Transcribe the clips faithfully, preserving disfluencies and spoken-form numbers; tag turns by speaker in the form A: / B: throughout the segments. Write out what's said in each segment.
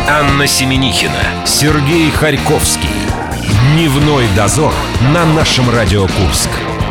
A: Анна Семенихина, Сергей Харьковский. Дневной дозор на нашем Радио Курск.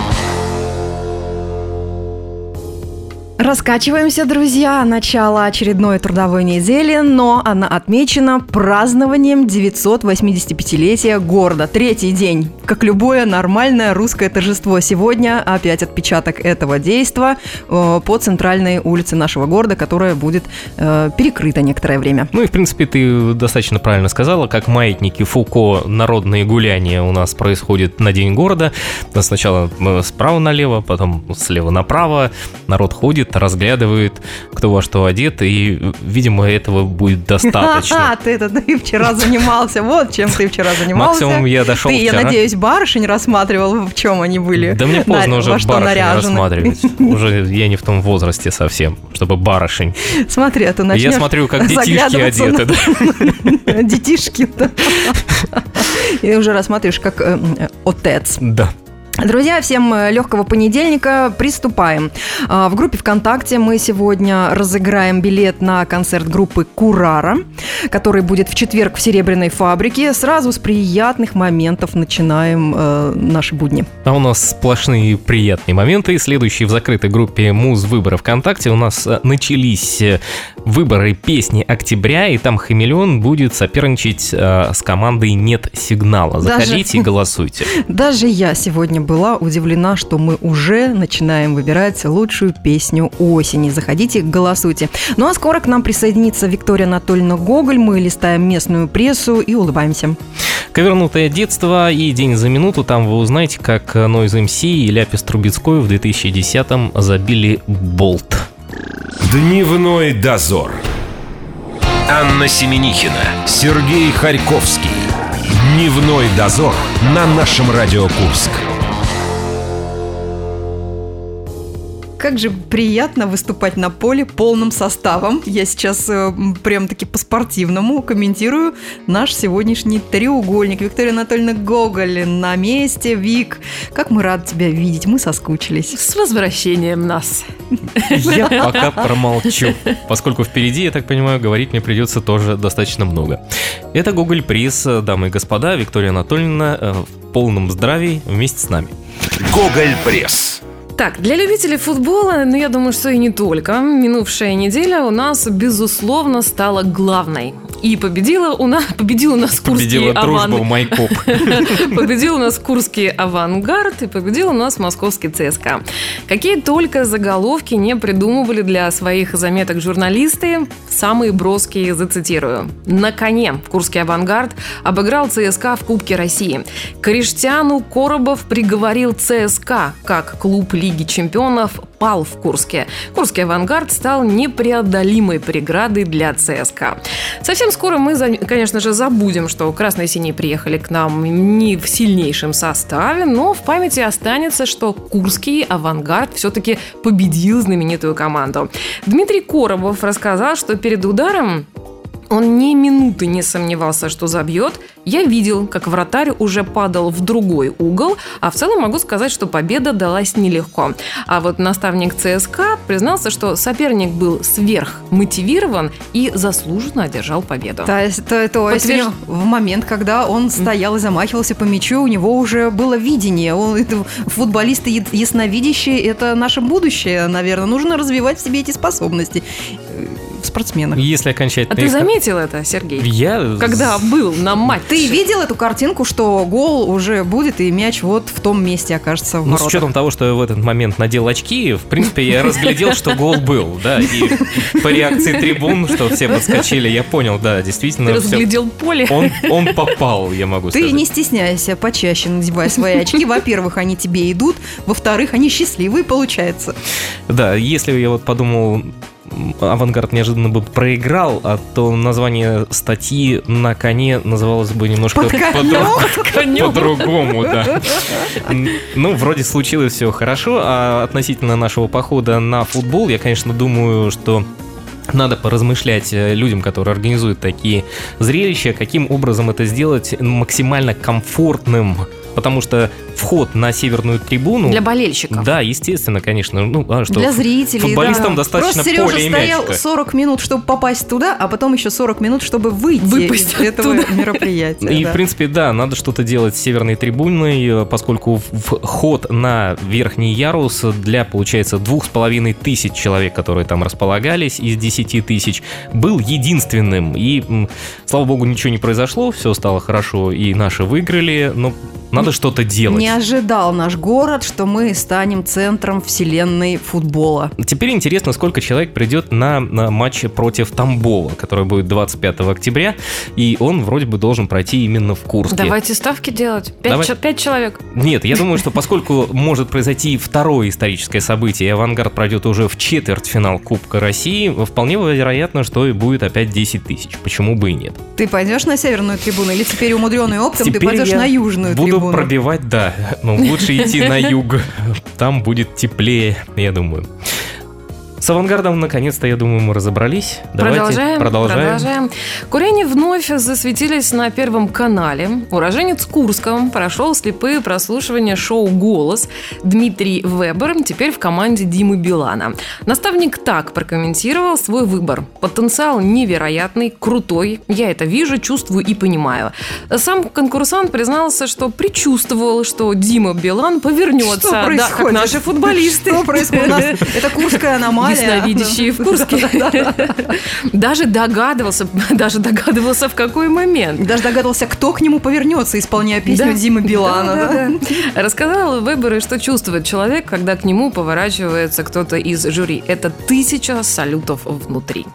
B: Раскачиваемся, друзья. Начало очередной трудовой недели, но она отмечена празднованием девятьсот восьмидесятипятилетия города. Третий день. Как любое нормальное русское торжество. Сегодня опять отпечаток этого действа э, по центральной улице нашего города, которая будет э, перекрыта некоторое время.
C: Ну и, в принципе, ты достаточно правильно сказала. Как маятники Фуко, народные гуляния у нас происходят на День города. Сначала справа налево, потом слева направо. Народ ходит, разглядывает, кто во что одет, и, видимо, этого будет достаточно.
B: А, ты это ты вчера занимался, вот чем ты вчера занимался.
C: Максимум я дошел
B: ты,
C: вчера.
B: Я надеюсь, барышень рассматривал, в чем они были.
C: Да мне поздно
B: на,
C: уже барышень рассматривать. Уже я не в том возрасте совсем, чтобы барышень.
B: Смотри, а ты начнешь
C: я смотрю, как детишки одеты.
B: На... Детишки, да. И уже рассматриваешь, как э, отец.
C: Да.
B: Друзья, всем легкого понедельника. Приступаем. В группе ВКонтакте мы сегодня разыграем билет на концерт группы «Курара», который будет в четверг в Серебряной фабрике. Сразу с приятных моментов начинаем э, наши будни.
C: А у нас сплошные приятные моменты. Следующие в закрытой группе Муз-выборы ВКонтакте у нас начались выборы песни октября, и там «Хамелеон» будет соперничать э, с командой «Нет сигнала». Заходите даже, и голосуйте.
B: Даже я сегодня была удивлена, что мы уже начинаем выбирать лучшую песню осени. Заходите, голосуйте. Ну а скоро к нам присоединится Виктория Анатольевна Гоголь. Мы листаем местную прессу и улыбаемся.
C: Ковернутое детство и день за минуту. Там вы узнаете, как Noise эм си и Ляпис Трубецкой в две тысячи десятом забили болт.
A: Дневной дозор. Анна Семенихина, Сергей Харьковский. Дневной дозор на нашем Радио Курск.
B: Как же приятно выступать на поле полным составом. Я сейчас э, прям-таки по-спортивному комментирую наш сегодняшний треугольник. Виктория Анатольевна Гоголь на месте. Вик, как мы рады тебя видеть. Мы соскучились.
D: С возвращением нас.
C: Я пока промолчу, поскольку впереди, я так понимаю, говорить мне придется тоже достаточно много. Это Гоголь Приз, дамы и господа. Виктория Анатольевна э, в полном здравии вместе с нами.
A: Гоголь Пресс.
D: Так, для любителей футбола, ну я думаю, что и не только, минувшая неделя у нас, безусловно, стала главной. И победила у нас, победил у нас курский авангард. Победил у нас курский авангард и победил у нас московский ЦСКА. Какие только заголовки не придумывали для своих заметок журналисты, самые броские зацитирую. На коне курский авангард обыграл ЦСКА в Кубке России. Криштиану Коробов приговорил ЦСКА как клуб Лиги чемпионов пал в Курске. Курский авангард стал непреодолимой преградой для ЦСКА. Совсем скоро мы, конечно же, забудем, что красные и синие приехали к нам не в сильнейшем составе, но в памяти останется, что Курский авангард все-таки победил знаменитую команду. Дмитрий Коробов рассказал, что перед ударом он ни минуты не сомневался, что забьет. Я видел, как вратарь уже падал в другой угол, а в целом могу сказать, что победа далась нелегко. А вот наставник ЦСКА признался, что соперник был сверхмотивирован и заслуженно одержал победу.
B: То есть, то, то есть
D: Подтвержд...
B: в момент, когда он стоял и замахивался по мячу, у него уже было видение. Он, это, футболисты ясновидящие – это наше будущее, наверное. Нужно развивать в себе эти способности в спортсменах.
C: Если окончательно...
D: А ты заметил это, Сергей?
C: Я...
D: Когда был на матче.
B: Ты видел эту картинку, что гол уже будет, и мяч вот в том месте окажется в воротах?
C: Ну, с учетом того, что я в этот момент надел очки, в принципе, я разглядел, что гол был, да, и по реакции трибун, что все подскочили, я понял, да, действительно.
D: Ты разглядел поле?
C: Он, он попал, я могу
B: Ты
C: сказать.
B: Ты не стесняйся, почаще надевай свои очки. Во-первых, они тебе идут, во-вторых, они счастливые, получается.
C: Да, если я вот подумал... Авангард неожиданно бы проиграл, а то название статьи «На коне» называлось бы немножко по-другому, да. Ну, вроде случилось все хорошо, а относительно нашего похода на футбол, я, конечно, думаю, что надо поразмышлять людям, которые организуют такие зрелища, каким образом это сделать максимально комфортным. Потому что вход на северную трибуну...
D: Для болельщиков.
C: Да, естественно, конечно. Ну, а что?
B: Для зрителей,
C: футболистам
B: да.
C: достаточно
B: Просто
C: поля и
B: Сережа стоял
C: мячика.
B: сорок минут, чтобы попасть туда, а потом еще сорок минут, чтобы выйти
D: Выпасть
B: из этого
D: оттуда.
B: мероприятия.
C: И,
B: да.
C: в принципе, да, надо что-то делать с северной трибуной, поскольку вход на верхний ярус для, получается, двух с половиной тысяч человек, которые там располагались, из десяти тысяч, был единственным. И, слава богу, ничего не произошло, все стало хорошо, и наши выиграли, но надо что-то делать.
B: Не ожидал наш город, что мы станем центром вселенной футбола.
C: Теперь интересно, сколько человек придет на, на матч против Тамбова, который будет двадцать пятого октября, и он вроде бы должен пройти именно в Курске.
D: Давайте ставки делать. Пять,
C: Давай.
D: ч- пять человек.
C: Нет, я думаю, что поскольку может произойти второе историческое событие, и «Авангард» пройдет уже в четвертьфинал Кубка России, вполне вероятно, что и будет опять десять тысяч. Почему бы и нет?
B: Ты пойдешь на северную трибуну или теперь умудренный опытом ты
C: Теперь
B: пойдешь
C: я
B: на южную
C: буду
B: трибуну?
C: пробивать, да. Но лучше идти на юг. Там будет теплее, я думаю. С «Авангардом» наконец-то, я думаю, мы разобрались. Давайте
D: Продолжаем,
C: продолжаем.
D: продолжаем. Куряне вновь засветились на Первом канале. Уроженец Курска прошел слепые прослушивания шоу «Голос». Дмитрий Вебер теперь в команде Димы Билана. Наставник так прокомментировал свой выбор. Потенциал невероятный, крутой. Я это вижу, чувствую и понимаю. Сам конкурсант признался, что предчувствовал, что Дима Билан повернется.
B: Что
D: Да,
B: происходит?
D: как наши футболисты.
B: Что происходит? У нас это Курская аномалия.
D: Ясновидящие в Курске. Даже догадывался, даже догадывался, в какой момент.
B: Даже догадывался, кто к нему повернется, исполняя песню
D: Да.
B: Димы Билана.
D: Да,
B: да?
D: да, да. Рассказал Вебер, что чувствует человек, когда к нему поворачивается кто-то из жюри. Это тысяча салютов внутри.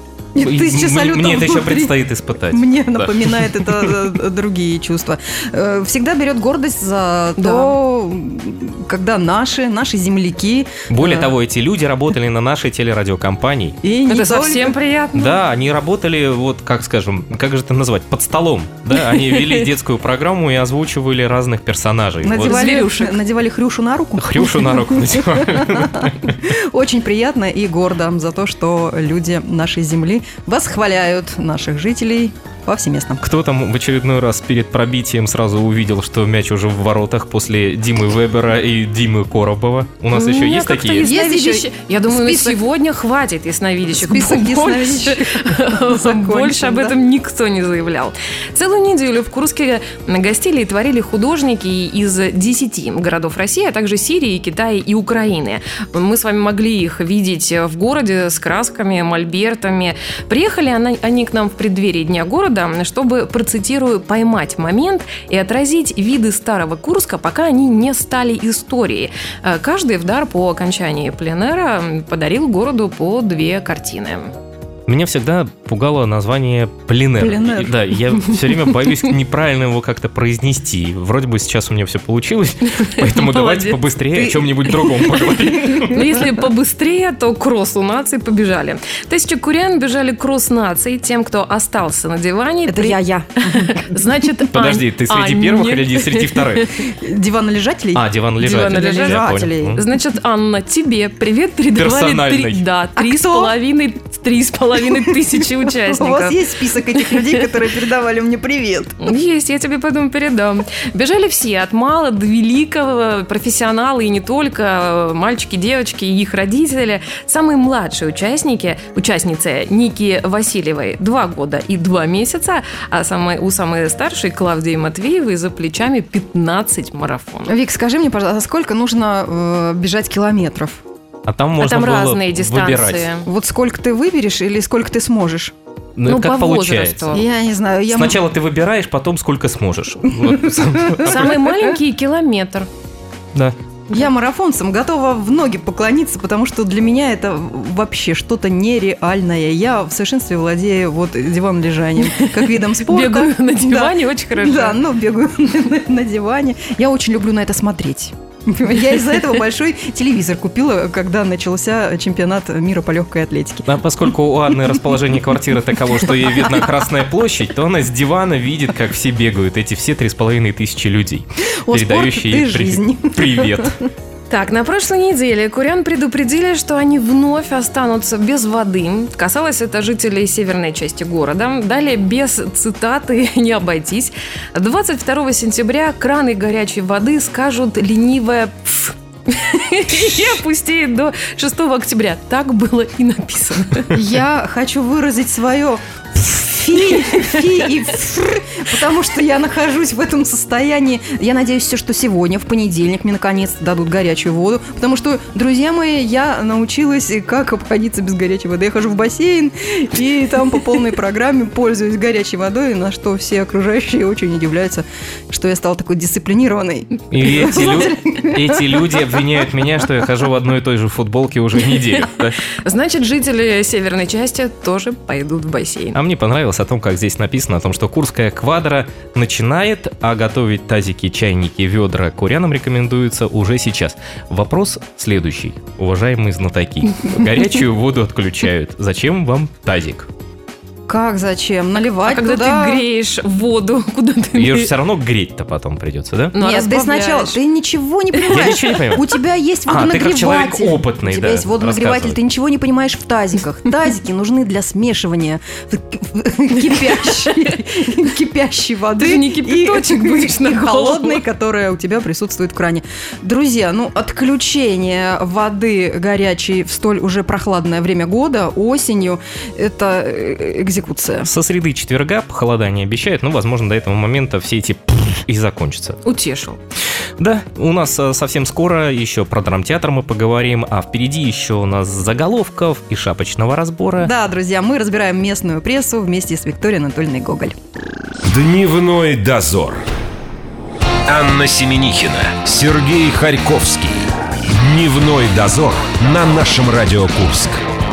B: И тысяча
C: Мне-
B: салютов
C: Мне это еще
B: внутри.
C: предстоит испытать.
B: Мне
C: Да.
B: напоминает это э, другие чувства. Э, Всегда берет гордость за
D: Да.
B: то, когда наши, наши земляки...
C: Более
B: э,
C: того, эти люди работали на нашей телерадиокомпании.
B: и не
D: Это
B: только-
D: совсем приятно.
C: Да, они работали, вот как скажем, как же это назвать, под столом. Да, они вели детскую программу и озвучивали разных персонажей. Вот.
B: Надевали,
D: зверюшек.
B: надевали хрюшу на руку.
C: Хрюшу на руку надевали.
B: Очень приятно и гордо за то, что люди нашей земли восхваляют наших жителей повсеместно.
C: Кто там в очередной раз перед пробитием сразу увидел, что мяч уже в воротах после Димы Вебера и Димы Коробова? У нас
D: У
C: еще
D: меня
C: есть
D: как-то
C: такие?
B: Есть
D: ясновидящие.
B: еще
D: Я думаю, на
B: список-
D: сегодня хватит ясновидящих.
B: Список
D: Больше-
B: ясновидящих закончен,
D: Больше об
B: да.
D: этом никто не заявлял. Целую неделю в Курске гостили и творили художники из десяти городов России, а также Сирии, Китая и Украины. Мы с вами могли их видеть в городе с красками, мольбертами. Приехали она- они к нам в преддверии Дня города, чтобы, процитирую, поймать момент и отразить виды старого Курска, пока они не стали историей. Э, Каждый в дар по окончании пленэра подарил городу по две картины.
C: Меня всегда пугало название пленэр.
B: Пленэр.
C: И, Да, я все время боюсь неправильно его как-то произнести. Вроде бы сейчас у меня все получилось, поэтому давайте
D: Молодец.
C: побыстрее о
B: Ты-
C: чем-нибудь другом поговорим.
D: Но если побыстрее, то кроссу наций побежали. Тысячи курян бежали кросс наций тем, кто остался на диване.
B: Это
D: При-
B: я, я.
D: Значит,
C: Подожди,
D: Ань-
C: ты среди
D: Анне.
C: первых или среди вторых?
B: Диванолежателей?
C: А, диванолежателей.
B: Диванолежателей.
C: Я понял.
D: Значит, Анна, тебе привет передавали
C: Персональный.
D: три, да,
B: А
D: три с
B: кто?
D: половиной, три с половиной тысячи
B: У вас
D: участников.
B: есть список этих людей, которые передавали мне привет?
D: Есть, я тебе потом передам. Бежали все, от мала до великого, профессионалы и не только, мальчики, девочки и их родители. Самые младшие участники, участницы Ники Васильевой два года и два месяца, а самые, у самой старшей Клавдии Матвеевой за плечами пятнадцать марафонов.
B: Вик, скажи мне, пожалуйста, сколько нужно э, бежать километров?
C: А там
D: А
C: можно
D: там
C: было
D: разные дистанции.
C: выбирать.
B: Вот сколько ты выберешь или сколько ты сможешь?
C: Ну,
D: Ну,
C: это как
D: по
C: получается.
D: возрасту.
B: Я не знаю. Я...
C: Сначала ты выбираешь, потом сколько сможешь. Вот.
D: Самый маленький километр.
C: Да.
B: Я марафонцам готова в ноги поклониться, потому что для меня это вообще что-то нереальное. Я в совершенстве владею вот диван-лежанием, как видом спорта.
D: Бегаю на
B: Да.
D: диване, очень хорошо.
B: Да, ну, бегаю на, на диване. Я очень люблю на это смотреть. Я из-за этого большой телевизор купила, когда начался чемпионат мира по легкой атлетике.
C: А поскольку у Анны расположение квартиры таково, что ей видна Красная площадь, то она с дивана видит, как все бегают, эти все три с половиной тысячи людей,
B: О,
C: передающие
B: спорт и
C: ей при-
B: жизнь.
C: привет.
D: Так, на прошлой неделе курян предупредили, что они вновь останутся без воды. Касалось это жителей северной части города. Далее без цитаты не обойтись. двадцать второго сентября краны горячей воды скажут ленивое «пф». И опустеет до шестого октября. Так было и написано.
B: Я хочу выразить свое фи, фи и фр, потому что я нахожусь в этом состоянии. Я надеюсь, все, что сегодня, в понедельник, мне наконец-то дадут горячую воду, потому что, друзья мои, я научилась, как обходиться без горячей воды. Я хожу в бассейн и там по полной программе пользуюсь горячей водой, на что все окружающие очень удивляются, что я стала такой дисциплинированной.
C: И эти, лю- эти люди обвиняют меня, что я хожу в одной и той же футболке уже неделю. Да?
D: Значит, жители северной части тоже пойдут в бассейн.
C: А мне понравилось о том, как здесь написано, о том, что Курская квадра начинает, а готовить тазики, чайники, ведра курянам рекомендуется уже сейчас. Вопрос следующий, уважаемые знатоки. Горячую воду отключают. Зачем вам тазик?
B: Как зачем? Наливать
D: а когда
B: туда...
D: ты греешь воду, куда ты...
C: Ее же все равно греть-то потом придется, да?
B: Ну, Нет, ты сначала, ты ничего не понимаешь.
C: Я ничего не понимаю.
B: У тебя есть водонагреватель.
C: А, ты как человек опытный,
B: У тебя
C: да,
B: есть водонагреватель, ты ничего не понимаешь в тазиках. Тазики нужны для смешивания кипящей, кипящей воды.
D: Ты же не кипяточек будешь на
B: холодной, которая у тебя присутствует в кране. Друзья, ну, отключение воды горячей в столь уже прохладное время года, осенью, это экзекуция.
C: Со среды четверга похолодание обещают, но, возможно, до этого момента все эти и закончатся.
D: Утешил.
C: Да, у нас совсем скоро еще про драмтеатр мы поговорим, а впереди еще у нас заголовков и шапочного разбора.
B: Да, друзья, мы разбираем местную прессу вместе с Викторией Анатольевной Гоголь.
A: Дневной дозор. Анна Семенихина, Сергей Харьковский. Дневной дозор на нашем Радио Курск.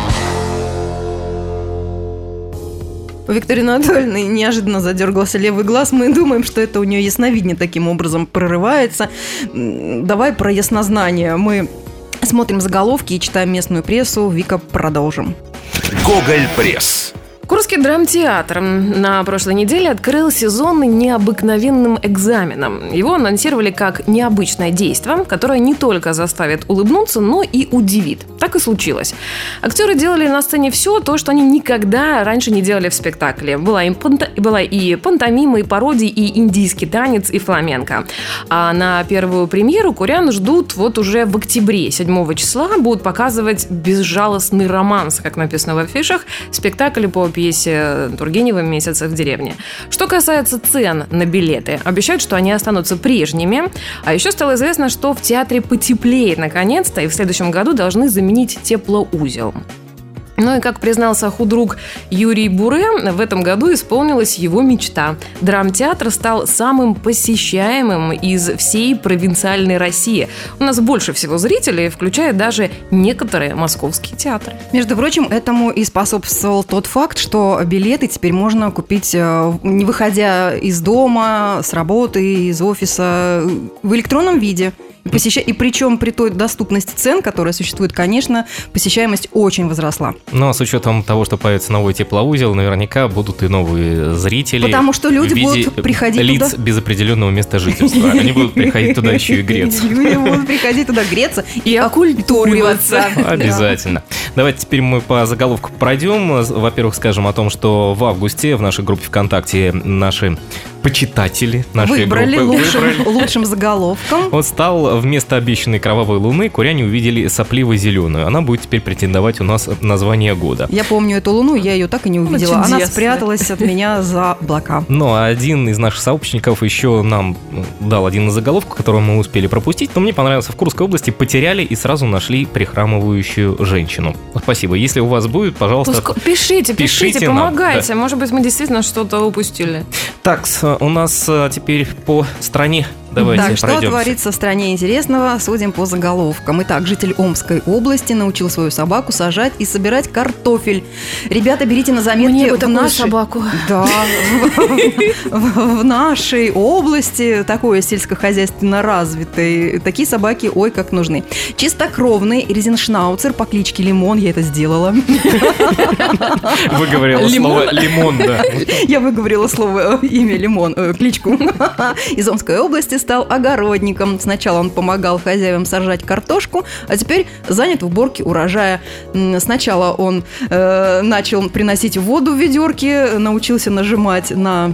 B: У Виктории Анатольевны неожиданно задергался левый глаз. Мы думаем, что это у нее ясновидение таким образом прорывается. Давай про яснознание. Мы смотрим заголовки и читаем местную прессу. Вика, продолжим.
A: Гоголь пресс.
D: Курский драмтеатр на прошлой неделе открыл сезон необыкновенным экзаменом. Его анонсировали как необычное действие, которое не только заставит улыбнуться, но и удивит. Так и случилось. Актеры делали на сцене все то, что они никогда раньше не делали в спектакле. Была и, панто... Была и пантомима, и пародия, и индийский танец, и фламенко. А на первую премьеру курян ждут вот уже в октябре. седьмого числа будут показывать «Безжалостный романс», как написано в афишах, спектакль по пьесе Тургенева «Месяца в деревне». Что касается цен на билеты, обещают, что они останутся прежними. А еще стало известно, что в театре потеплеет наконец-то, и в следующем году должны заменить теплоузел. Ну и, как признался худрук Юрий Буре, в этом году исполнилась его мечта. Драмтеатр стал самым посещаемым из всей провинциальной России. У нас больше всего зрителей, включая даже некоторые московские театры.
B: Между прочим, этому и способствовал тот факт, что билеты теперь можно купить, не выходя из дома, с работы, из офиса, в электронном виде. Посеща... И причем при той доступности цен, которая существует, конечно, посещаемость очень возросла.
C: Ну, а с учетом того, что появится новый теплоузел, наверняка будут и новые зрители.
B: Потому что люди
C: в виде
B: будут приходить
C: лиц
B: туда...
C: без определенного места жительства. Они будут приходить туда еще и греться.
B: Люди будут приходить туда греться и окультуриваться.
C: Обязательно. Давайте теперь мы по заголовку пройдем. Во-первых, скажем о том, что в августе в нашей группе ВКонтакте наши почитатели нашей
B: выбрали
C: группы
B: лучшим,
C: выбрали
B: лучшим заголовком.
C: Он стал: вместо обещанной кровавой луны куряне увидели сопливо-зеленую. Она будет теперь претендовать у нас на название года.
B: Я помню эту луну, я ее так и не увидела.
D: Чудесно.
B: Она спряталась от меня за облака.
C: Ну, а один из наших сообщников еще нам дал один из заголовков, который мы успели пропустить, но мне понравился. В Курской области потеряли и сразу нашли прихрамывающую женщину. Спасибо. Если у вас будет, пожалуйста,
D: Пуск... пишите, пишите,
C: пишите нам,
D: помогайте.
C: да.
D: Может быть, мы действительно что-то упустили.
C: Так, у нас теперь по стране. Давайте
B: так, что
C: пройдемся.
B: творится в стране интересного, судим по заголовкам. Итак, житель Омской области научил свою собаку сажать и собирать картофель. Ребята, берите на заметки.
D: Мне бы
B: в
D: такую
B: нашей...
D: собаку.
B: Да, в нашей области, такой сельскохозяйственно развитой, такие собаки, ой, как нужны. Чистокровный ризеншнауцер по кличке Лимон, я это сделала.
C: Выговорила слово «лимон», да.
B: Я выговорила слово, имя Лимон, кличку. Из Омской области стал огородником. Сначала он помогал хозяевам сажать картошку, а теперь занят в уборке урожая. Сначала он э, начал приносить воду в ведерке, научился нажимать на...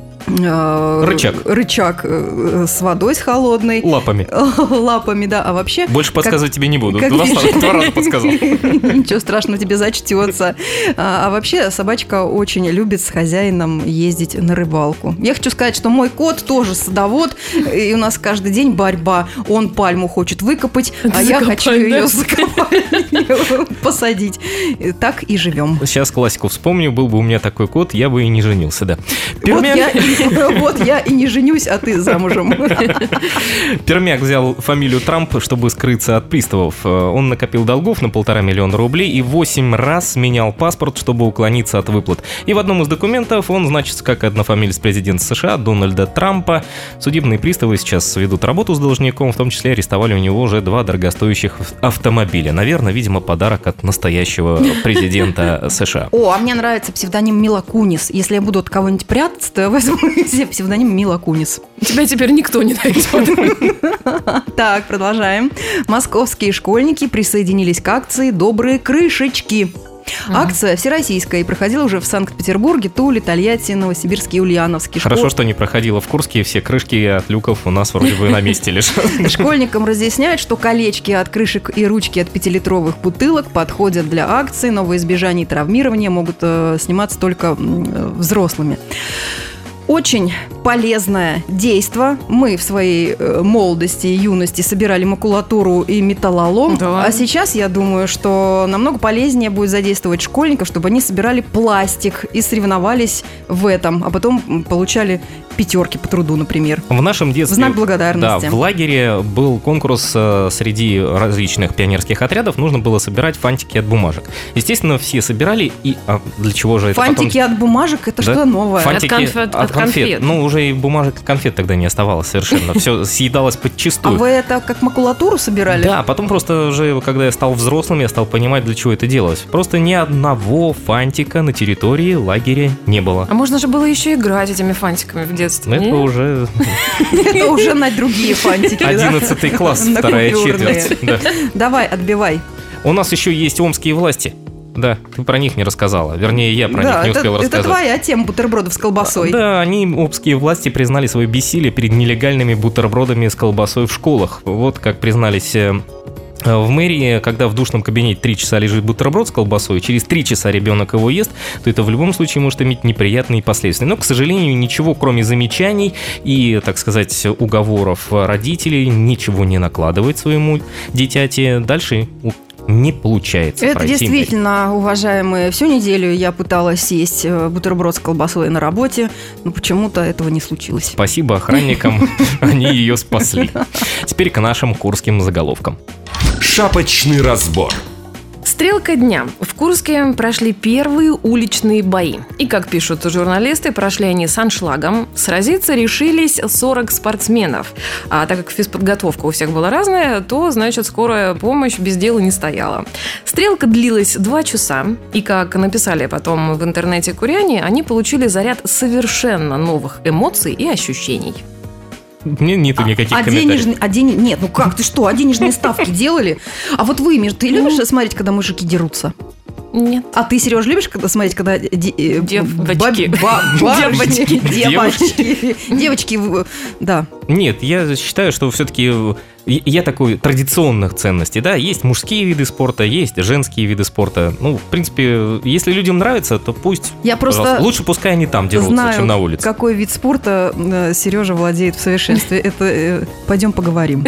C: Рычаг.
B: Рычаг с водой, с холодной.
C: Лапами.
B: Лапами, да. А вообще...
C: Больше подсказывать
B: как,
C: тебе не буду.
B: Как
C: Два, два раза подсказал.
B: Ничего страшного, тебе зачтется. А, а вообще собачка очень любит с хозяином ездить на рыбалку. Я хочу сказать, что мой кот тоже садовод, и у нас каждый день борьба. Он пальму хочет выкопать, а
D: Закопать,
B: я хочу
D: да?
B: ее закопать, посадить. Так и живем.
C: Сейчас классику вспомню. Был бы у меня такой кот, я бы и не женился, да.
B: Вот я, вот я и не женюсь, а ты замужем.
C: Пермяк взял фамилию Трамп, чтобы скрыться от приставов. Он накопил долгов на полтора миллиона рублей и восемь раз менял паспорт, чтобы уклониться от выплат. И в одном из документов он значится как однофамилец президента США Дональда Трампа. Судебные приставы сейчас ведут работу с должником, в том числе арестовали у него уже два дорогостоящих автомобиля. Наверное, видимо, подарок от настоящего президента США.
B: О, а мне нравится псевдоним Мила Кунис. Если я буду от кого-нибудь прятаться, то я возьму себе псевдоним Мила Кунис.
D: Тебя теперь никто не найдет.
B: Так, продолжаем. Московские школьники присоединились к акции «Добрые крышечки». Акция всероссийская и проходила уже в Санкт-Петербурге, Туле, Тольятти, Новосибирске и Ульяновске.
C: Хорошо,
B: Школ...
C: что не проходила в Курске, все крышки от люков у нас вроде бы на месте лежат.
B: Школьникам разъясняют, что колечки от крышек и ручки от пятилитровых бутылок подходят для акции, но во избежание травмирования могут э, сниматься только э, взрослыми. Очень полезное действо. Мы в своей э, молодости и юности собирали макулатуру и металлолом.
D: Да.
B: А сейчас, я думаю, что намного полезнее будет задействовать школьников, чтобы они собирали пластик и соревновались в этом, а потом получали пятерки по труду, например.
C: В нашем детстве...
B: В знак благодарности.
C: Да, в лагере был конкурс среди различных пионерских отрядов. Нужно было собирать фантики от бумажек. Естественно, все собирали. И а для чего же это
B: Фантики
C: потом...
B: от бумажек – это
C: Да?
B: что новое?
C: Фантики
D: От конфет- от конфет.
C: Ну, уже и бумажек и конфет тогда не оставалось совершенно. Все съедалось
B: А
C: подчистую.
B: вы это как макулатуру собирали?
C: Да, потом просто уже, когда я стал взрослым, я стал понимать, для чего это делалось. Просто ни одного фантика на территории лагеря не было.
D: А можно же было еще играть этими фантиками в детстве.
C: Это
D: не?
C: уже
B: Это уже на другие фантики. да?
C: одиннадцатый класс,
B: На
C: вторая
B: купюрные.
C: четверть. Да.
B: Давай, отбивай.
C: У нас еще есть омские власти. Да, ты про них не рассказала. Вернее, я про
B: Да,
C: них не
B: это,
C: успел
B: это
C: рассказать.
B: твоя тема бутербродов с колбасой.
C: Да, они, омские власти, признали свое бессилие перед нелегальными бутербродами с колбасой в школах. Вот как признались э, в мэрии, когда в душном кабинете три часа лежит бутерброд с колбасой, и через три часа ребенок его ест, то это в любом случае может иметь неприятные последствия. Но, к сожалению, ничего, кроме замечаний и, так сказать, уговоров родителей, ничего не накладывает своему дитяти. Дальше не получается
B: Это
C: пройти.
B: действительно, уважаемые, всю неделю я пыталась съесть э, бутерброд с колбасой на работе, но почему-то этого не случилось.
C: Спасибо охранникам, они ее спасли. Теперь к нашим курским заголовкам.
A: Шапочный разбор.
D: Стрелка дня. В Курске прошли первые уличные бои. И, как пишут журналисты, прошли они с аншлагом. Сразиться решились сорок спортсменов. А так как физподготовка у всех была разная, то, значит, скорая помощь без дела не стояла. Стрелка длилась два часа. И, как написали потом в интернете куряне, они получили заряд совершенно новых эмоций и ощущений.
C: Мне нету никаких
B: а
C: комментариев.
B: денежные, а день, нет, ну как ты что, а денежные ставки делали? А вот вы, Миш, ты любишь смотреть, когда мужики дерутся?
D: Нет.
B: А ты, Сереж, любишь когда смотреть, когда де- э,
D: Девочки.
B: ба- ба- барышни,
C: Девочки.
B: девочки, девочки, в- да.
C: Нет, я считаю, что все-таки я такой традиционных ценностей, да, есть мужские виды спорта, есть женские виды спорта. Ну, в принципе, если людям нравится, то пусть.
B: Я просто
C: пожалуйста. Лучше пускай они там дерутся,
B: знаю,
C: чем на улице.
B: какой вид спорта э, Сережа владеет в совершенстве. Это э, пойдем поговорим.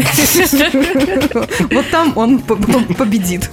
B: Вот там он по- по- победит.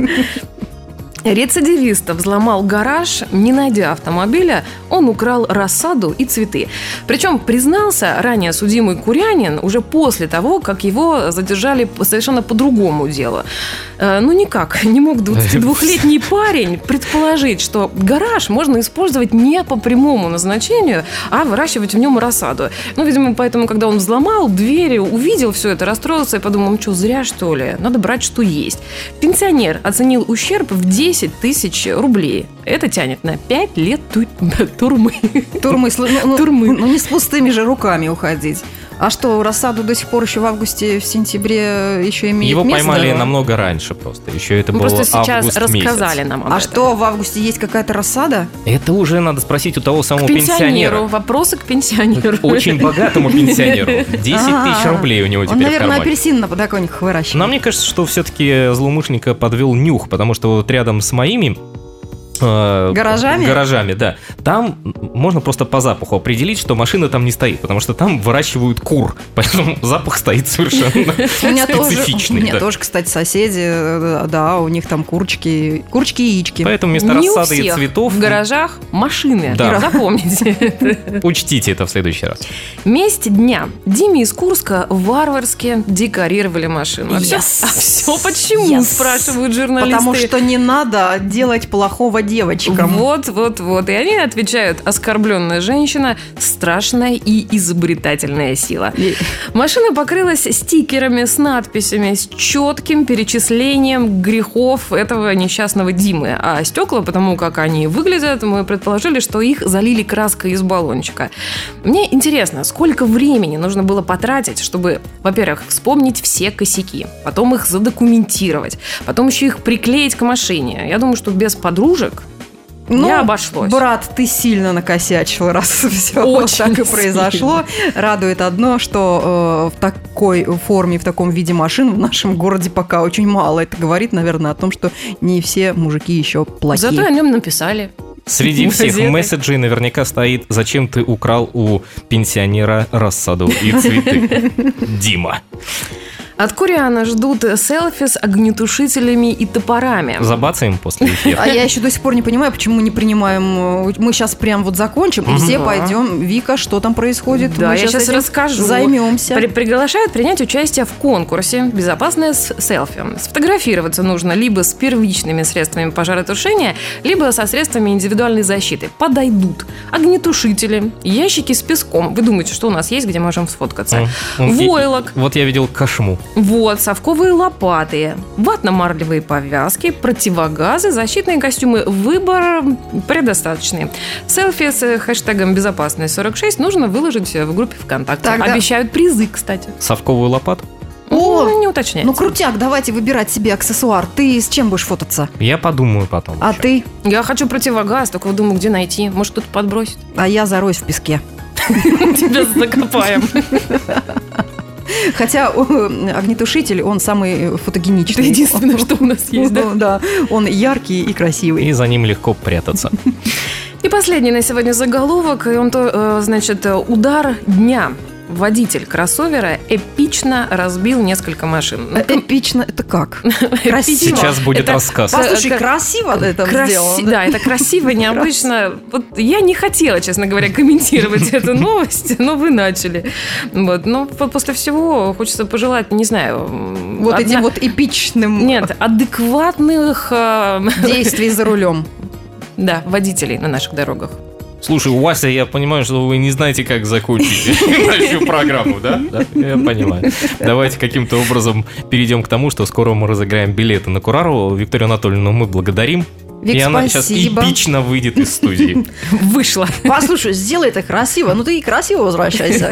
D: Рецидивист взломал гараж, не найдя автомобиля, он украл рассаду и цветы. Причем признался ранее судимый курянин уже после того, как его задержали совершенно по другому делу. Э, ну никак не мог двадцатидвухлетний парень предположить, что гараж можно использовать не по прямому назначению, а выращивать в нем рассаду. Ну, видимо, поэтому, когда он взломал двери, увидел все это, расстроился и подумал, ну что, зря что ли? Надо брать, что есть. Пенсионер оценил ущерб в десять тысяч рублей. Это тянет на пять лет ту- турмы.
B: Турмы, ну, ну,
D: Турмы.
B: ну, не с пустыми же руками уходить. А что, рассаду до сих пор еще в августе, в сентябре еще имеет
C: Его
B: место?
C: Его поймали намного раньше просто. Еще это
D: Мы
C: было
D: просто сейчас
C: август
D: рассказали
C: месяц.
D: нам об
B: А
D: этом.
B: что, в августе есть какая-то рассада?
C: Это уже надо спросить у того самого
D: к пенсионеру.
C: пенсионера.
D: Вопросы к пенсионеру.
C: Очень богатому пенсионеру. десять тысяч рублей у него теперь
B: Он,
C: в
B: наверное,
C: кармане.
B: апельсин на подоконниках выращивает.
C: Но мне кажется, что все-таки злоумышленника подвел нюх, потому что вот рядом с моими э,
B: Гаражами?
C: Гаражами, да. Там можно просто по запаху определить, что машина там не стоит, потому что там выращивают кур, поэтому запах стоит совершенно
B: У меня тоже,
C: специфичный.
B: у меня
C: да.
B: тоже, кстати, соседи, э, да, у них там курочки, курочки и яички.
C: Поэтому вместо
D: Не у
C: рассады и
D: всех
C: цветов
D: в гаражах машины.
C: Да.
D: Запомните.
C: учтите это в следующий раз.
D: Месть дня. Диме из Курска варварски декорировали машину. А все,
B: Yes.
D: а все почему,
B: Yes.
D: спрашивают журналисты.
B: Потому что не надо делать плохого девочкам.
D: Вот, вот, вот. И они отвечают: оскорбленная женщина – страшная и изобретательная сила.
B: И-
D: Машина покрылась стикерами с надписями, с четким перечислением грехов этого несчастного Димы. А стекла, потому как они выглядят, мы предположили, что их залили краской из баллончика. Мне интересно, сколько времени нужно было потратить, чтобы, во-первых, вспомнить все косяки, потом их задокументировать, потом еще их приклеить к машине. Я думаю, что без подружек
B: Ну,
D: не обошлось.
B: брат, ты сильно накосячил, раз все
D: Очень
B: так и произошло. Радует одно, что э, в такой форме, в таком виде машин в нашем городе пока очень мало. Это говорит, наверное, о том, что не все мужики еще плохие.
D: Зато о нем написали.
C: Среди всех
D: Газеты.
C: месседжей наверняка стоит: зачем ты украл у пенсионера рассаду и цветы? Дима.
D: От Куриана ждут селфи с огнетушителями и топорами.
C: Забацаем после эфира.
B: А я еще до сих пор не понимаю, почему мы не принимаем... э, Мы сейчас прям вот закончим, и все
D: Да.
B: пойдем. Вика, что там происходит?
D: Да,
B: Мы
D: я
B: щас
D: сейчас
B: этим
D: расскажу.
B: Займемся.
D: При- приглашают принять участие в конкурсе «Безопасное с- селфи». Сфотографироваться нужно либо с первичными средствами пожаротушения, либо со средствами индивидуальной защиты. Подойдут огнетушители, ящики с песком. Вы думаете, что у нас есть, где можем сфоткаться?
C: М, и-
D: Войлок.
C: Вот я видел кошму.
D: Вот, совковые лопаты, ватно-марлевые повязки, противогазы, защитные костюмы. Выбор предостаточный. Селфи с хэштегом «Безопасность сорок шесть» нужно выложить в группе ВКонтакте.
B: Так, да.
D: Обещают призы, кстати.
C: Совковую лопату.
B: О,
D: Ну, не уточняется.
B: Ну, крутяк, давайте выбирать себе аксессуар. Ты с чем будешь фототься?
C: Я подумаю потом.
B: А
C: еще.
B: ты?
D: Я хочу противогаз, только вот думаю, где найти. Может, кто-то подбросит.
B: А я зароюсь в песке.
D: Тебя закопаем.
B: Хотя э, огнетушитель, он самый фотогеничный.
D: Это единственное, что у нас есть, да?
B: Ну, да, он яркий и красивый.
C: И за ним легко прятаться.
D: И последний на сегодня заголовок. И он, то, э, значит, удар дня. Водитель кроссовера эпично разбил несколько машин.
B: Э, Эпично, это как? Красиво.
C: Сейчас будет
D: Это-
C: рассказ.
B: Послушай,
D: К-
B: красиво это
D: Краси-
B: сделано.
D: Да, это красиво, необычно. Вот я не хотела, честно говоря, комментировать эту новость, но вы начали. Вот. Но по- после всего хочется пожелать, не знаю...
B: Вот
D: одна-
B: этим вот эпичным
D: Нет, адекватных э,
B: действий за рулем.
D: да, водителей на наших дорогах.
C: Слушай, Вася, я понимаю, что вы не знаете, как закончить нашу программу, да? Да, я понимаю. Давайте каким-то образом перейдем к тому, что скоро мы разыграем билеты на Курару. Викторию Анатольевну мы благодарим.
B: Вик,
C: И она сейчас
B: спасибо.
C: эпично выйдет из студии.
D: Вышла.
B: Послушай, сделай это красиво. Ну ты и красиво возвращайся.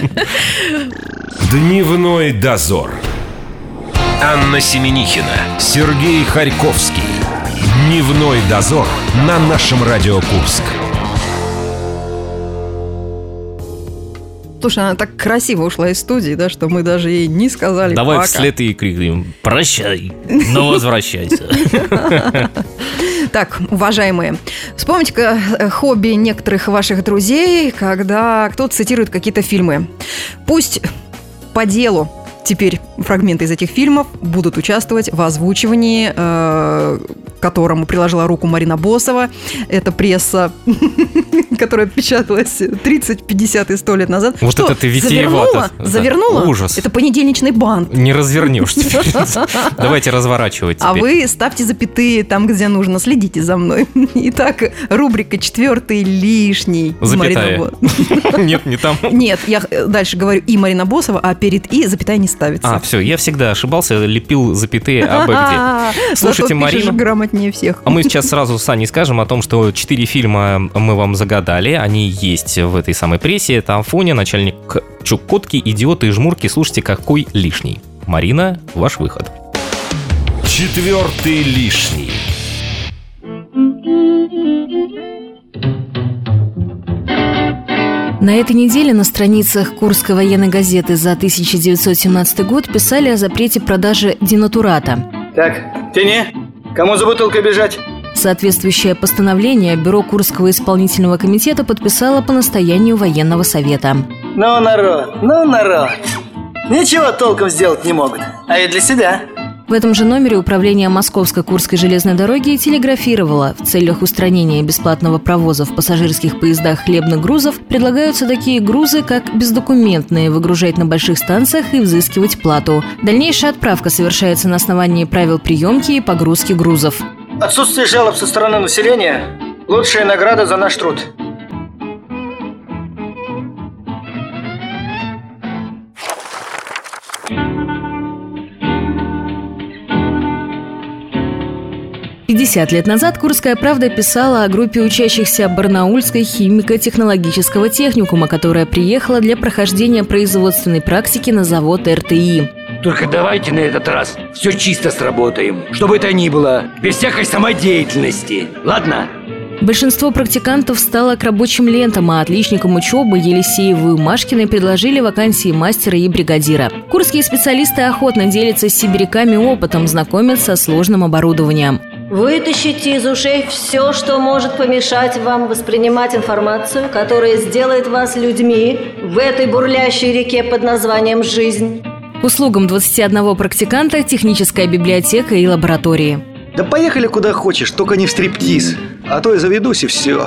A: Дневной дозор. Анна Семенихина, Сергей Харьковский. Дневной дозор на нашем Радио Курск.
B: Слушай, она так красиво ушла из студии, да, что мы даже ей не сказали
C: Давай
B: пока.
C: вслед и крикнем: прощай, но возвращайся.
B: Так, уважаемые, вспомните-ка э, хобби некоторых ваших друзей, когда кто-то цитирует какие-то фильмы. Пусть по делу теперь фрагменты из этих фильмов будут участвовать в озвучивании, э, к которому приложила руку Марина Босова. Это пресса, которая печаталась тридцать, пятьдесят и сто лет назад.
C: Вот
B: Что,
C: это ты витиевато.
B: завернула? Завернула?
C: Ужас.
B: Это понедельничный бант.
C: Не развернешь теперь. Давайте разворачивать
B: А
C: теперь.
B: вы ставьте запятые там, где нужно. Следите за мной. Итак, рубрика «Четвертый лишний». с
C: Запятая.
B: Мариной Бо-
C: Нет, не там.
B: Нет, я э, дальше говорю «и» Марина Босова, а перед «и» запятая не ставится.
C: А, все, я всегда ошибался, лепил запятые абы где. Слушайте, Марина,
B: грамотнее всех.
C: А мы сейчас сразу с Аней скажем о том, что четыре фильма мы вам загадали, они есть в этой самой прессе. Это «Афоня», «Начальник Чукотки», «Идиоты» и «Жмурки». Слушайте, какой лишний. Марина, ваш выход.
A: Четвертый лишний.
E: На этой неделе на страницах Курской военной газеты за тысяча девятьсот семнадцатый год писали о запрете продажи денатурата.
F: Так, тяни. Кому за бутылкой бежать?
E: Соответствующее постановление Бюро Курского исполнительного комитета подписало по настоянию военного совета.
F: Ну, народ, ну, народ. Ничего толком сделать не могут. А и для себя.
E: В этом же номере управление Московской Курской железной дороги телеграфировало: в целях устранения бесплатного провоза в пассажирских поездах хлебных грузов предлагаются такие грузы, как бездокументные, выгружать на больших станциях и взыскивать плату. Дальнейшая отправка совершается на основании правил приемки и погрузки грузов.
F: Отсутствие жалоб со стороны населения – лучшая награда за наш труд.
E: пятьдесят лет назад «Курская правда» писала о группе учащихся Барнаульской химико-технологического техникума, которая приехала для прохождения производственной практики на завод эр тэ и.
G: Только давайте на этот раз все чисто сработаем, чтобы это ни было, без всякой самодеятельности. Ладно?
E: Большинство практикантов стало к рабочим лентам, а отличникам учебы Елисееву и Машкиной предложили вакансии мастера и бригадира. Курские специалисты охотно делятся с сибиряками опытом, знакомят со сложным оборудованием.
H: Вытащите из ушей все, что может помешать вам воспринимать информацию, которая сделает вас людьми в этой бурлящей реке под названием «жизнь».
E: К услугам двадцати одного практиканта техническая библиотека и лаборатории.
F: Да поехали куда хочешь, только не в стриптиз. А то я заведусь и все.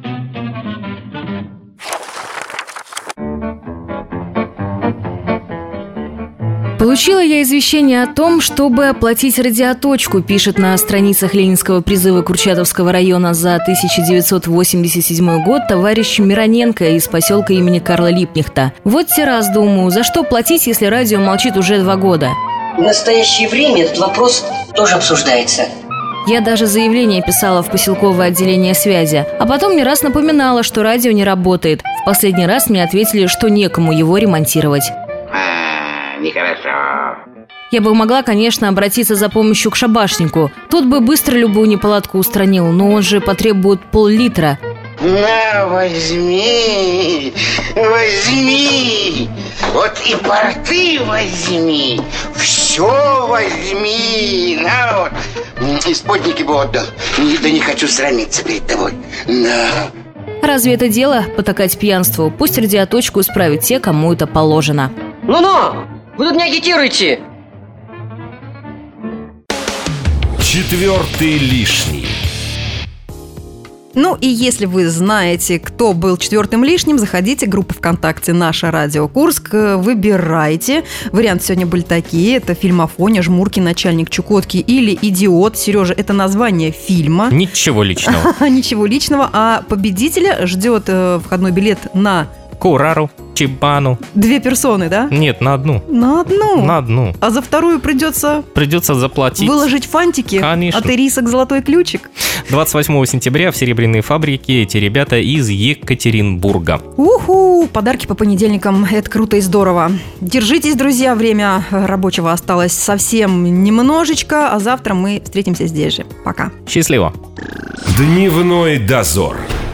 E: Получила я извещение о том, чтобы оплатить радиоточку, пишет на страницах Ленинского призыва Курчатовского района за тысяча девятьсот восемьдесят седьмой год товарищ Мироненко из поселка имени Карла Липкнехта. Вот те раз думаю, за что платить, если радио молчит уже два года?
I: В настоящее время этот вопрос тоже обсуждается.
E: Я даже заявление писала в поселковое отделение связи, а потом не раз напоминала, что радио не работает. В последний раз мне ответили, что некому его ремонтировать.
I: А, нехорошо.
E: Я бы могла, конечно, обратиться за помощью к шабашнику. Тот бы быстро любую неполадку устранил, но он же потребует пол-литра.
I: На, возьми, возьми, вот и порты возьми, все возьми, на вот, и спутники бы отдал, да не хочу срамиться перед тобой, на.
E: Разве это дело потакать пьянству? Пусть радиоточку исправят те, кому это положено.
I: Ну-ну, вы тут не агитируйте.
A: Четвертый лишний.
B: Ну и если вы знаете, кто был четвертым лишним, заходите в группу ВКонтакте «Наше Радио Курск», выбирайте. Варианты сегодня были такие. Это фильм «Афоня», «Жмурки», «Начальник Чукотки» или «Идиот». Сережа, это название фильма.
C: Ничего личного.
B: Ничего личного. А победителя ждет входной билет на...
C: Курару, Чебану.
B: Две персоны, да?
C: Нет, на одну.
B: На одну?
C: На одну.
B: А за вторую придется...
C: Придется заплатить.
B: Выложить фантики?
C: Конечно.
B: От ирисок «Золотой ключик».
C: двадцать восьмого сентября в Серебряной фабрике эти ребята из Екатеринбурга.
B: Уху! Подарки по понедельникам. Это круто и здорово. Держитесь, друзья. Время рабочего осталось совсем немножечко, а завтра мы встретимся здесь же. Пока.
C: Счастливо.
A: Дневной дозор.